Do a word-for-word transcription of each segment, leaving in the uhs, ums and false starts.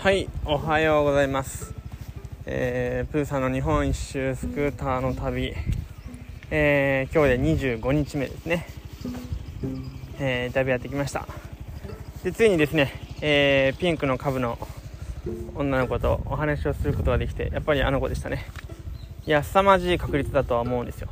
はい、おはようございます。えー、プーさんの日本一周スクーターの旅、えー、今日でにじゅうごにちめですね。えー、だいぶやってきました。でついにですね、えー、ピンクの株の女の子とお話をすることができて、やっぱりあの子でしたね。いや、凄まじい確率だとは思うんですよ。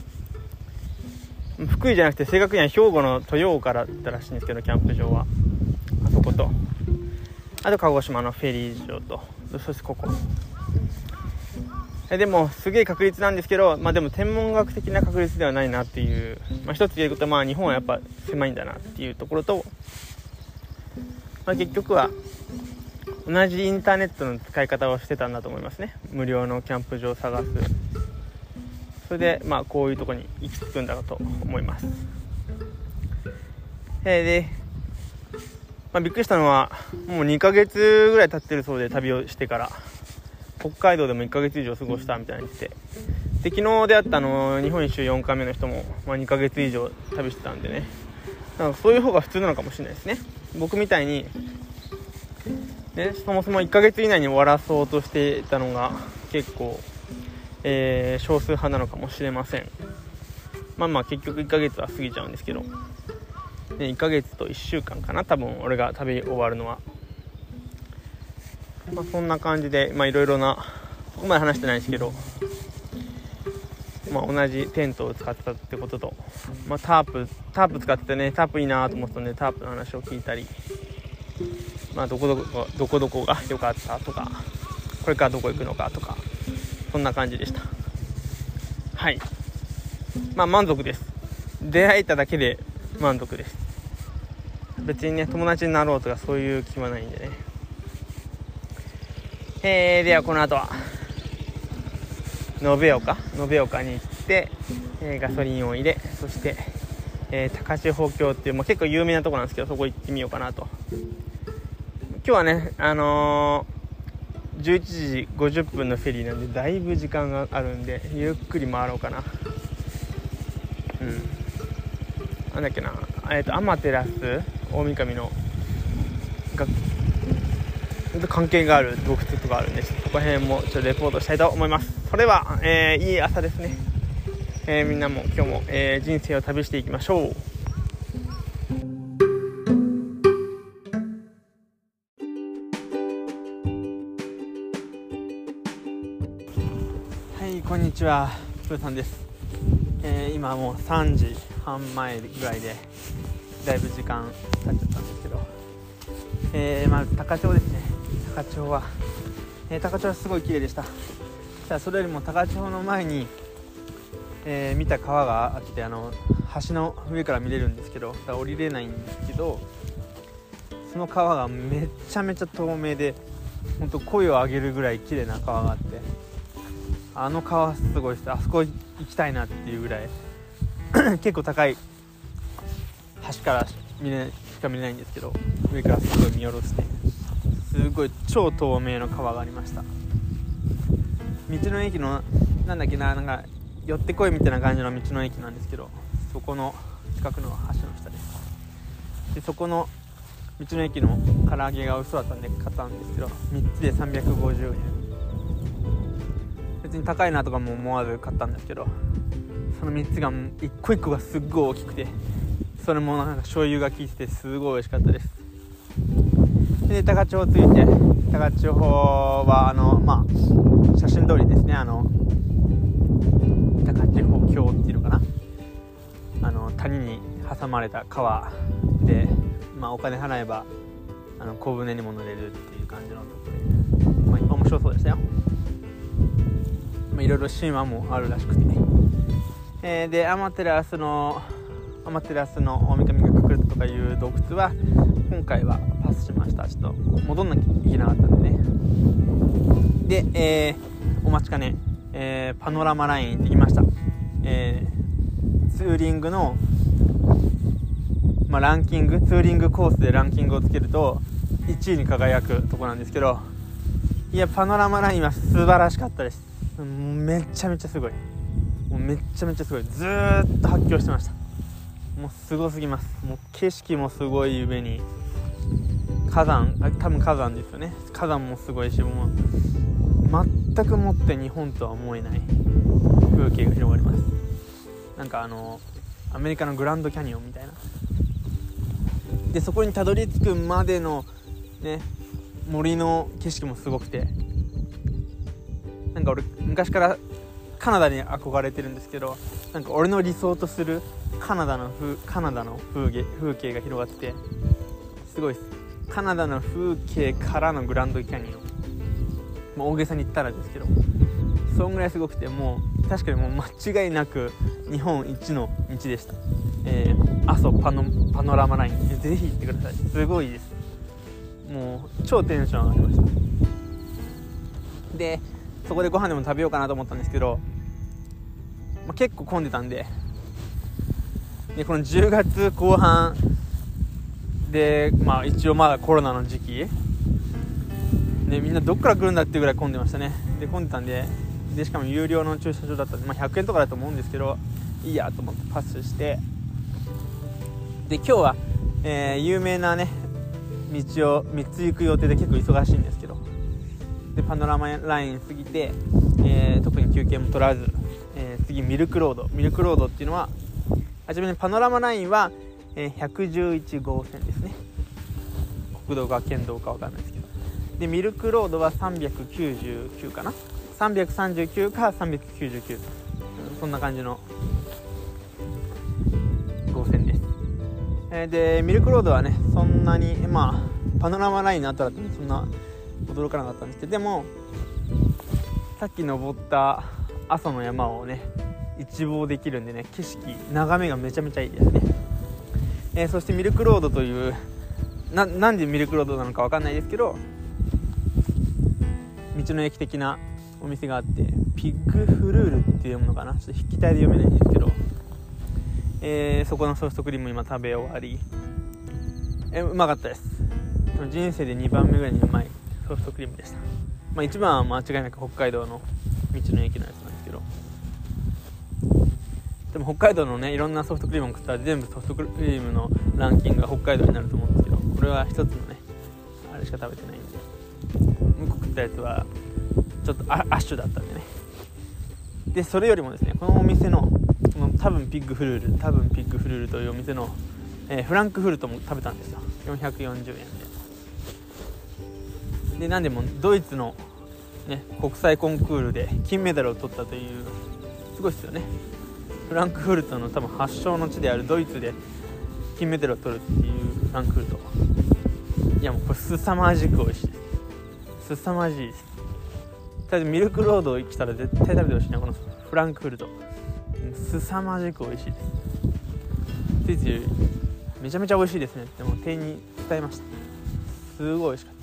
福井じゃなくて正確には兵庫の豊岡だったらしいんですけど、キャンプ場はあそことあと鹿児島のフェリー場と、そしてここえでもすげえ確率なんですけど、まあでも天文学的な確率ではないなっていう、まあ、一つ言えることは、まあ日本はやっぱ狭いんだなっていうところと、まあ、結局は同じインターネットの使い方をしてたんだと思いますね。無料のキャンプ場を探す、それでまあこういうところに行き着くんだろうと思います。えー、でまあ、びっくりしたのはもうにかげつぐらい経ってるそうで、旅をしてから北海道でもいっかげつ以上過ごしたみたいに言って、で昨日出会ったあの日本一周よんかいめの人も、まあ、にかげつ以上旅してたんでね、なんかそういう方が普通なのかもしれないですね。僕みたいに、ね、そもそもいっかげつ以内に終わらそうとしていたのが結構、えー、少数派なのかもしれません。まあまあ結局いっかげつは過ぎちゃうんですけど、いっかげつといっしゅうかんかな、多分俺が旅終わるのは。まあ、そんな感じで、まあいろいろな、そこまで話してないですけど、まあ、同じテントを使ってたってことと、まあ、タープタープ使っててね、タープいいなと思ってたんで、タープの話を聞いたり、まあ、どこどこどこどこが良かったとか、これからどこ行くのかとか、そんな感じでした。はい、まあ満足です。出会えただけで満足です。別にね、友達になろうとかそういう気はないんでね。えー、ではこの後は延岡延岡に行って、えー、ガソリンを入れ、そして、えー、高千穂峡っていう、まあ、結構有名なところなんですけど、そこ行ってみようかなと。今日はね、あのー、じゅういちじごじゅっぷんのフェリーなんで、だいぶ時間があるんでゆっくり回ろうかな。うんなんだっけな、えっとアマテラス大神のが関係がある洞窟とかあるんで、そこら辺もちょっとレポートしたいと思います。それでは、えー、いい朝ですね。えー、みんなも今日も、えー、人生を旅していきましょう。はい、こんにちは、プーさんです。えー、今もうさんじはん前ぐらいで、だいぶ時間経っちゃったんですけど、えー、まず高千穂ですね。高千穂は、えー、高千穂はすごい綺麗でした。ただそれよりも高千穂の前に、えー、見た川があって、あの橋の上から見れるんですけど、だから降りれないんですけど、その川がめちゃめちゃ透明で、本当声を上げるぐらい綺麗な川があって、あの川すごいです。あそこ行きたいなっていうぐらい結構高い橋から見れしか見れないんですけど、上からすごい見下ろして、すごい超透明の川がありました。道の駅のなんだっけな、なんか寄ってこいみたいな感じの道の駅なんですけど、そこの近くの橋の下です。でそこの道の駅の唐揚げが美味しそうだったんで買ったんですけど、みっつでさんびゃくごじゅうえん。別に高いなとかも思わず買ったんですけど、そのみっつが一個一個がすっごい大きくて、それもなんか醤油が効いててすごい美味しかったです。で高千穂着いて、高千穂はあのまあ写真通りですね、あの高千穂峡っていうのかな、あの谷に挟まれた川で、まあお金払えばあの小舟にも乗れるっていう感じのところで、まあ、面白そうでしたよ。まあ、いろいろ神話もあるらしくて、えー、でアマテラスのアマテラスの大神が隠れたとかいう洞窟は今回はパスしました。ちょっと戻んなきゃいけなかったんでね。で、えー、お待ちかね、えー、パノラマライン行ってきました。えー、ツーリングの、まあ、ランキングツーリングコースでランキングをつけるといちいに輝くとこなんですけど、いやパノラマラインは素晴らしかったです。めちゃめちゃすごい、もうめちゃめちゃすごい、ずーっと発狂してました。もうすごすぎます。もう景色もすごい上に火山、多分火山ですよね。火山もすごいし、もう全くもって日本とは思えない風景が広がります。なんかあのアメリカのグランドキャニオンみたいな。でそこにたどり着くまでのね森の景色もすごくて、なんか俺昔からカナダに憧れてるんですけど、なんか俺の理想とするカナダの風カナダの風景風景が広がっててすごいです。カナダの風景からのグランドキャニオン、もう大げさに言ったらですけど、そんぐらいすごくて、もう確かにもう間違いなく日本一の道でした。えー、阿蘇パノ、パノラマライン、ぜひ行ってください。すごいです。もう超テンション上がりました。でそこでご飯でも食べようかなと思ったんですけど、まあ、結構混んでたんで、でこのじゅうがつこう半で、まあ一応まだコロナの時期で、みんなどっから来るんだっていうぐらい混んでましたね。で混んでたんで、でしかも有料の駐車場だったんで、まあ、ひゃくえんとかだと思うんですけど、いいやと思ってパスして、で今日は、えー、有名なね道をみっつ行く予定で結構忙しいんですけど、でパノラマライン過ぎて、えー、特に休憩も取らず、えー、次ミルクロードミルクロードっていうのは、はじめにパノラマラインは、えー、ひゃくじゅういちごうせんですね。国道か県道か分かんないですけど、でミルクロードはさんびゃくきゅうじゅうきゅうかな、さんびゃくさんじゅうきゅうかさんびゃくきゅうじゅうきゅう、うん、そんな感じの号線です。えー、でミルクロードはねそんなに、まあパノラマラインの後だと、ね、そんな驚かなかったんですけど、でもさっき登った阿蘇の山をね一望できるんでね、景色眺めがめちゃめちゃいいですね。えー、そしてミルクロードという な, なんでミルクロードなのか分かんないですけど、道の駅的なお店があって、ピッグフルールって読むのかな、ちょっと筆記体で読めないんですけど、えー、そこのソフトクリーム今食べ終わり、えー、うまかったです。人生でにばんめぐらいにうまいソフトクリームでした。まあ、いちばんは間違いなく北海道の道の駅のやつなんですけど、でも北海道のねいろんなソフトクリームを食ったら全部ソフトクリームのランキングが北海道になると思うんですけど、これは一つのねあれしか食べてないんで、向こう食ったやつはちょっとアッシュだったんでね。でそれよりもですね、このお店のこの多分ピッグフルール多分ピッグフルールというお店の、えー、フランクフルトも食べたんですよ。よんひゃくよんじゅうえんで。でなんでもドイツの、ね、国際コンクールで金メダルを取ったという、すごいですよね。フランクフルトの多分発祥の地であるドイツで金メダルを取るっていうフランクフルト、いやもうこれ凄まじく美味しいです。凄まじいです。ただミルクロード来たら絶対食べてほしいな、このフランクフルト。凄まじく美味しいです。ついついめちゃめちゃ美味しいですねってもう店員に伝えました。すごい美味しかった。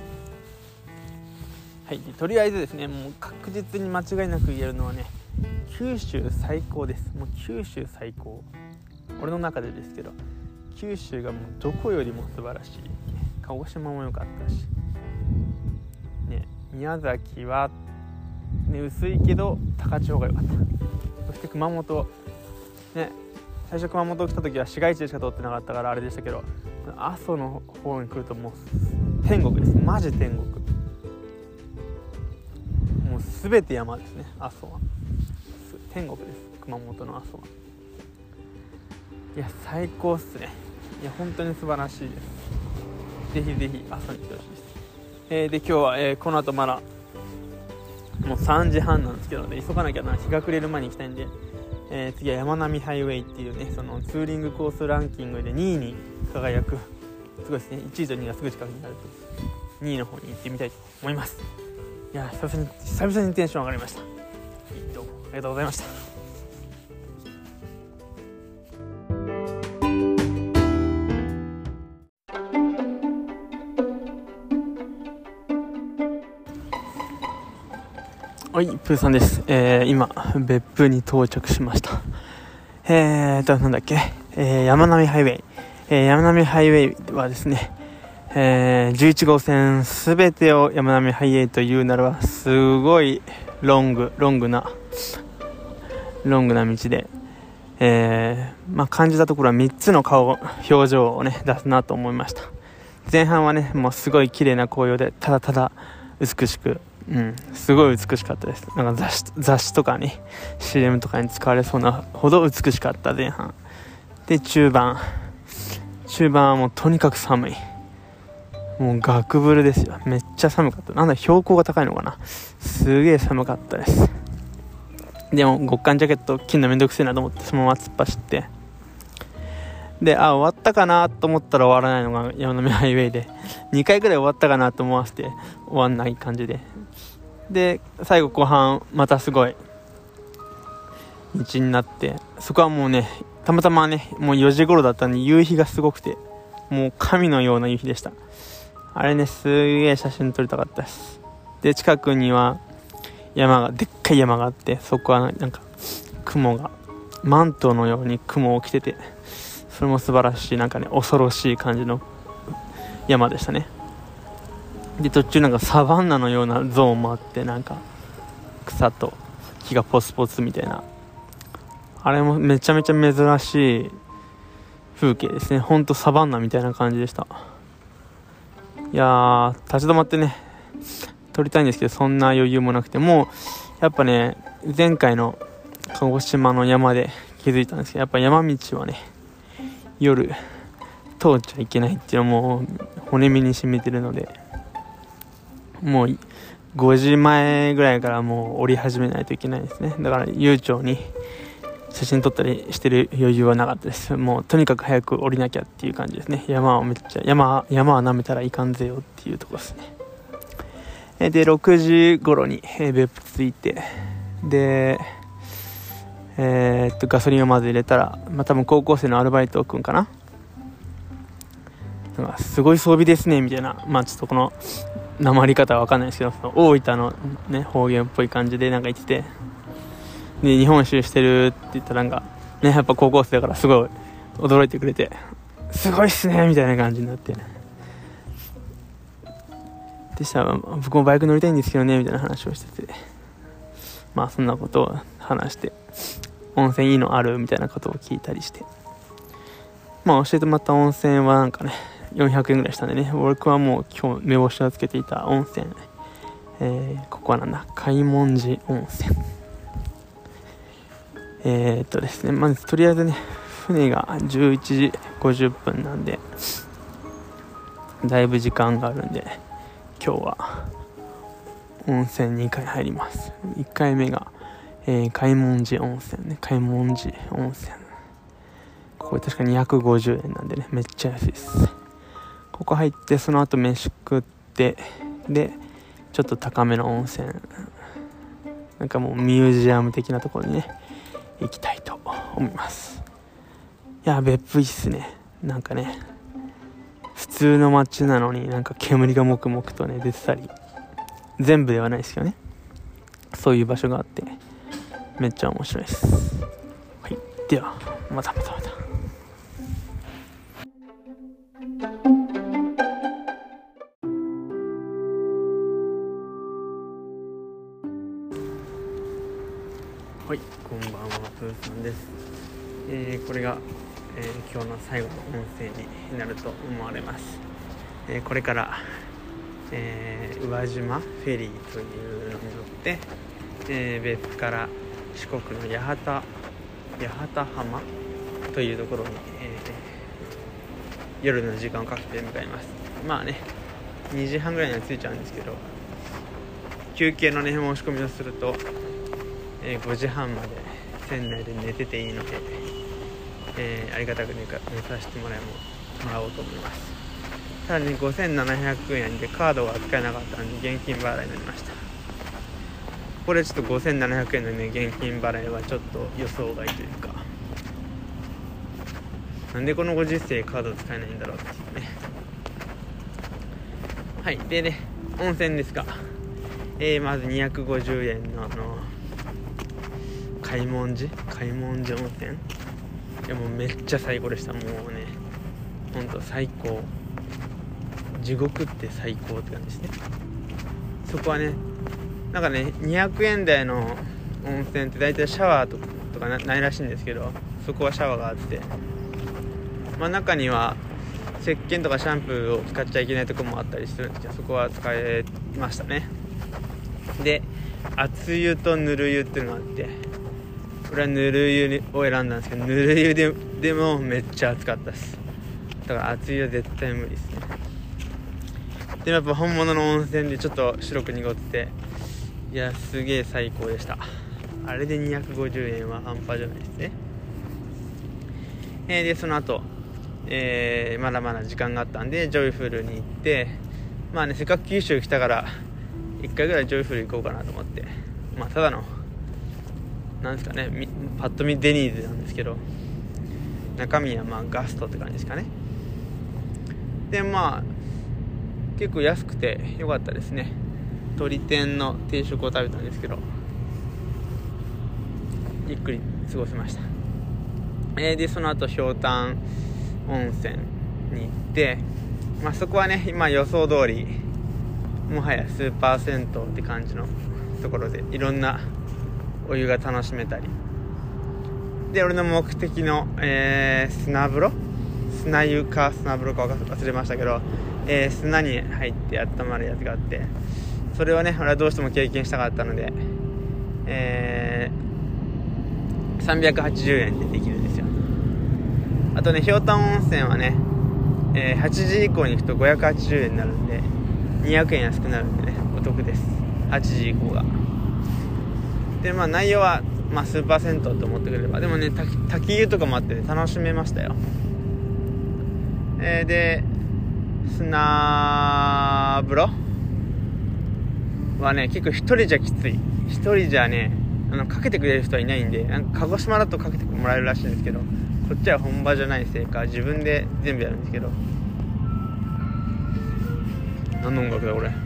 はい、とりあえずですね、もう確実に間違いなく言えるのはね、九州最高です。もう九州最高、俺の中でですけど、九州がもうどこよりも素晴らしい。鹿児島も良かったし、ね、宮崎は、ね、薄いけど高千穂が良かった。そして熊本、ね、最初熊本来た時は市街地でしか通ってなかったからあれでしたけど、阿蘇の方に来るともう天国です。マジ天国。もう全て山ですね。阿蘇は天国です。熊本の阿蘇は。いや最高っすね。いや本当に素晴らしいです。ぜひぜひ阿蘇に来てほしいです。えー、で今日は、えー、この後まだもうさんじはんなんですけど、ね、急がなきゃな、日が暮れる前に行きたいんで、えー、次は山並ハイウェイっていうね、そのツーリングコースランキングでにいに輝く、すごいですね、いちいとにいがすぐ近くになるとにいの方に行ってみたいと思います。いや久々に久々にテンション上がりました。どうもありがとうございました。はい、プーさんです。えー、今別府に到着しました。えーとなんだっけ、えー、山並ハイウェイ、えー、山並ハイウェイはですね、えー、じゅういちごうせんすべてを山並ハイウェイというならばすごいロングロングなロングな道で、えー、まあ感じたところはみっつの顔表情をね出すなと思いました。 前半はねもうすごい綺麗な紅葉でただただ美しく、うん、すごい美しかったです。なんか雑誌、雑誌とかね シーエム とかに使われそうなほど美しかった前半で、中盤中盤はもうとにかく寒い、もうガクブルですよ。めっちゃ寒かった。なんだ標高が高いのかな、すげえ寒かったです。でも極寒ジャケット着るのめんどくせえなと思ってそのまま突っ走って、であ終わったかなと思ったら終わらないのが山のハイウェイで、にかいぐらい終わったかなと思わせて終わんない感じで、で最後後半またすごい道になって、そこはもうねたまたまねもうよじ頃だったんで夕日がすごくて、もう神のような夕日でした。あれねすげえ写真撮りたかったです。で近くには山がでっかい山があって、そこはなんか雲がマントのように雲を着てて、それも素晴らしいなんかね恐ろしい感じの山でしたね。で途中なんかサバンナのようなゾーンもあって、なんか草と木がポツポツみたいな、あれもめちゃめちゃ珍しい風景ですね。ほんとサバンナみたいな感じでした。いやー立ち止まってね撮りたいんですけど、そんな余裕もなくて、もうやっぱね前回の鹿児島の山で気づいたんですけど、やっぱ山道はね夜通っちゃいけないっていうのも骨身に染みてるので、もうごじまえぐらいからもう降り始めないといけないですね。だから悠長に写真撮ったりしてる余裕はなかったです。もうとにかく早く降りなきゃっていう感じですね。山をめっちゃ山山は舐めたらいかんぜよっていうところですね。でろくじ頃に別府着いて、でえー、っとガソリンをまず入れたら、まあ、多分高校生のアルバイトくんかな、なんかすごい装備ですねみたいな、まあちょっとこの訛り方は分かんないですけど、その大分の、ね、方言っぽい感じでなんか言ってて、で日本一周してるって言ったらなんかねやっぱ高校生だからすごい驚いてくれて、すごいっすねみたいな感じになって、でしたら僕もバイク乗りたいんですけどねみたいな話をしてて、まあそんなことを話して、温泉いいのあるみたいなことを聞いたりして、まあ教えてもらった温泉はなんかねよんひゃくえんぐらいしたんでね、僕はもう今日目星をつけていた温泉、えー、ここはなんだ開門寺温泉、えー、っとですねまずとりあえずね船がじゅういちじごじゅっぷんなんでだいぶ時間があるんで、今日は温泉にかい入ります。いっかいめが、えー、開門寺温泉ね、開門寺温泉、ここ確かにひゃくごじゅうえんなんでねめっちゃ安いです。ここ入ってその後飯食って、でちょっと高めの温泉、なんかもうミュージアム的なところにね行きたいと思います。いや別府いいっすね。なんかね普通の街なのになんか煙がもくもくとね出てたり、全部ではないですけどね、そういう場所があってめっちゃ面白いです。はい、ではまたまたまた。はい、こんばんは、プーさんです。えー、これが、えー、今日の最後の音声になると思われます。えー、これから、えー、宇和島フェリーというのに乗って、えー、別府から四国の八幡八幡浜というところに、えー、夜の時間をかけて向かいます。まあねにじはんぐらいには着いちゃうんですけど、休憩のね申し込みをするとえー、ごじはんまで船内で寝てていいので、えー、ありがたく寝か寝させてもらもらおうと思います。ただねごせんななひゃくえんでカードが使えなかったので現金払いになりました。これちょっとごせんななひゃくえんのね現金払いはちょっと予想外というか、なんでこのご時世カード使えないんだろうっていうね。はいでね温泉ですが、えー、まずにひゃくごじゅうえんのあの開門寺開門寺温泉、いやもうめっちゃ最高でした。もうねほんと最高、地獄って最高って感じですね。そこはねなんかねにひゃくえん台の温泉って大体シャワーとか、とか な, ないらしいんですけど、そこはシャワーがあって、まあ、中には石鹸とかシャンプーを使っちゃいけないところもあったりするんですけど、そこは使えましたね。で熱湯とぬる湯っていうのがあって、これはぬる湯を選んだんですけど、ぬる湯ででもめっちゃ暑かったです。だから熱湯は絶対無理ですね。でもやっぱ本物の温泉でちょっと白く濁ってて、いやすげえ最高でした。あれでにひゃくごじゅうえんは半端じゃないですね。えー、でその後、えー、まだまだ時間があったんでジョイフルに行って、まあねせっかく九州来たからいっかいぐらいジョイフル行こうかなと思って、まあただのなんですかね、パッと見デニーズなんですけど、中身はまあガストって感じですかね。でまあ結構安くて良かったですね。鶏天の定食を食べたんですけど、ゆっくり過ごせました。えー、でその後ひょうたん温泉に行って、まあ、そこはね今予想通りもはやスーパー銭湯って感じのところで、いろんなお湯が楽しめたりで、俺の目的の、えー、砂風呂砂湯か砂風呂か忘れましたけど、えー、砂に入って温まるやつがあって、それをね俺はどうしても経験したかったので、えー、さんびゃくはちじゅうえんでできるんですよ。あとねひょうたん温泉はね、えー、はちじ以降に行くとごひゃくはちじゅうえんになるんでにひゃくえん安くなるんでねお得です。はちじ以降がで、まあ内容は、まあ、スーパー銭湯と思ってくれれば、でもね 滝, 滝湯とかもあって、ね、楽しめましたよ。えー、で砂風呂はね結構一人じゃきつい。一人じゃねあのかけてくれる人はいないんで、なんか鹿児島だとかけてもらえるらしいんですけど、こっちは本場じゃないせいか自分で全部やるんですけど、何の音楽だこれ。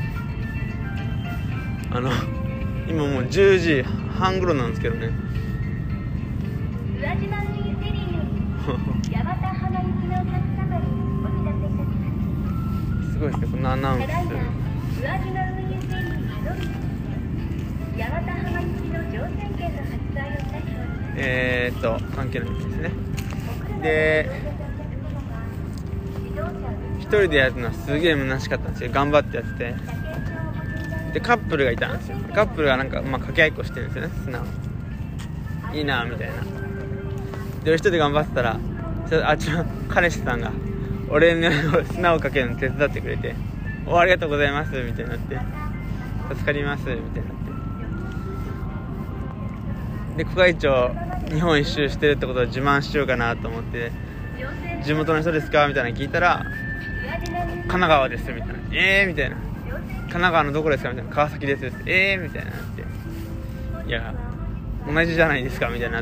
あの今もうじゅうじはん頃なんですけどね宇和島ミニセリー八幡浜行きのお客様にお知らせいたします。 すごいですねこのアナウンス。 ただいま宇和島ミニセリーのみ八幡浜行きの乗船券の発売をいたします。 えーっと関係ないですね。で一人でやるのはすげえ虚しかったんですよ。頑張ってやってて、でカップルがいたんですよ。カップルがなんか、まあ、掛け合いっこしてるんですよね。砂をいいなみたいな。で俺一人で頑張ってたら、あっちの彼氏さんが俺の砂をかけるの手伝ってくれて、おありがとうございますみたいになって、助かりますみたいになって、で小会長日本一周してるってことを自慢しようかなと思って、地元の人ですかみたいなの聞いたら、神奈川ですみたいな、えーみたいな、神奈川のどこですかみたいな、川崎ですえーみたいななって、いや同じじゃないですかみたいになって、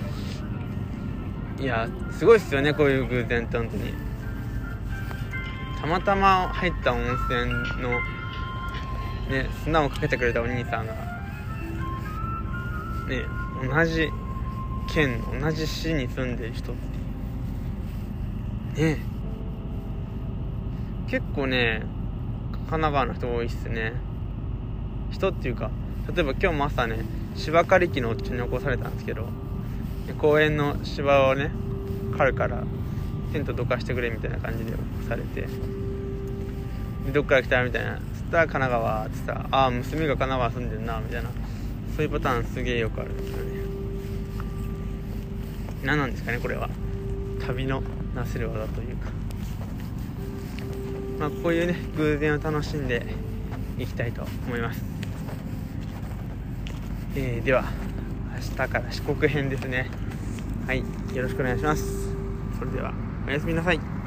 いやすごいっすよねこういう偶然って本当に。たまたま入った温泉のね砂をかけてくれたお兄さんがね同じ県同じ市に住んでる人ってね、結構ね神奈川の人多いっすね。人っていうか、例えば今日も朝ね芝刈り機のお家に起こされたんですけど、公園の芝をね刈るからテントどかしてくれみたいな感じで起こされて、でどっから来たみたいな、そしたら神奈川って言ったら、ああ娘が神奈川住んでるなみたいな、そういうパターンすげえよくあるんですよね。何なんですかねこれは。旅のなせる技というか、まあ、こういうね偶然を楽しんでいきたいと思います。えー、では明日から四国編ですね。はい、よろしくお願いします。それではおやすみなさい。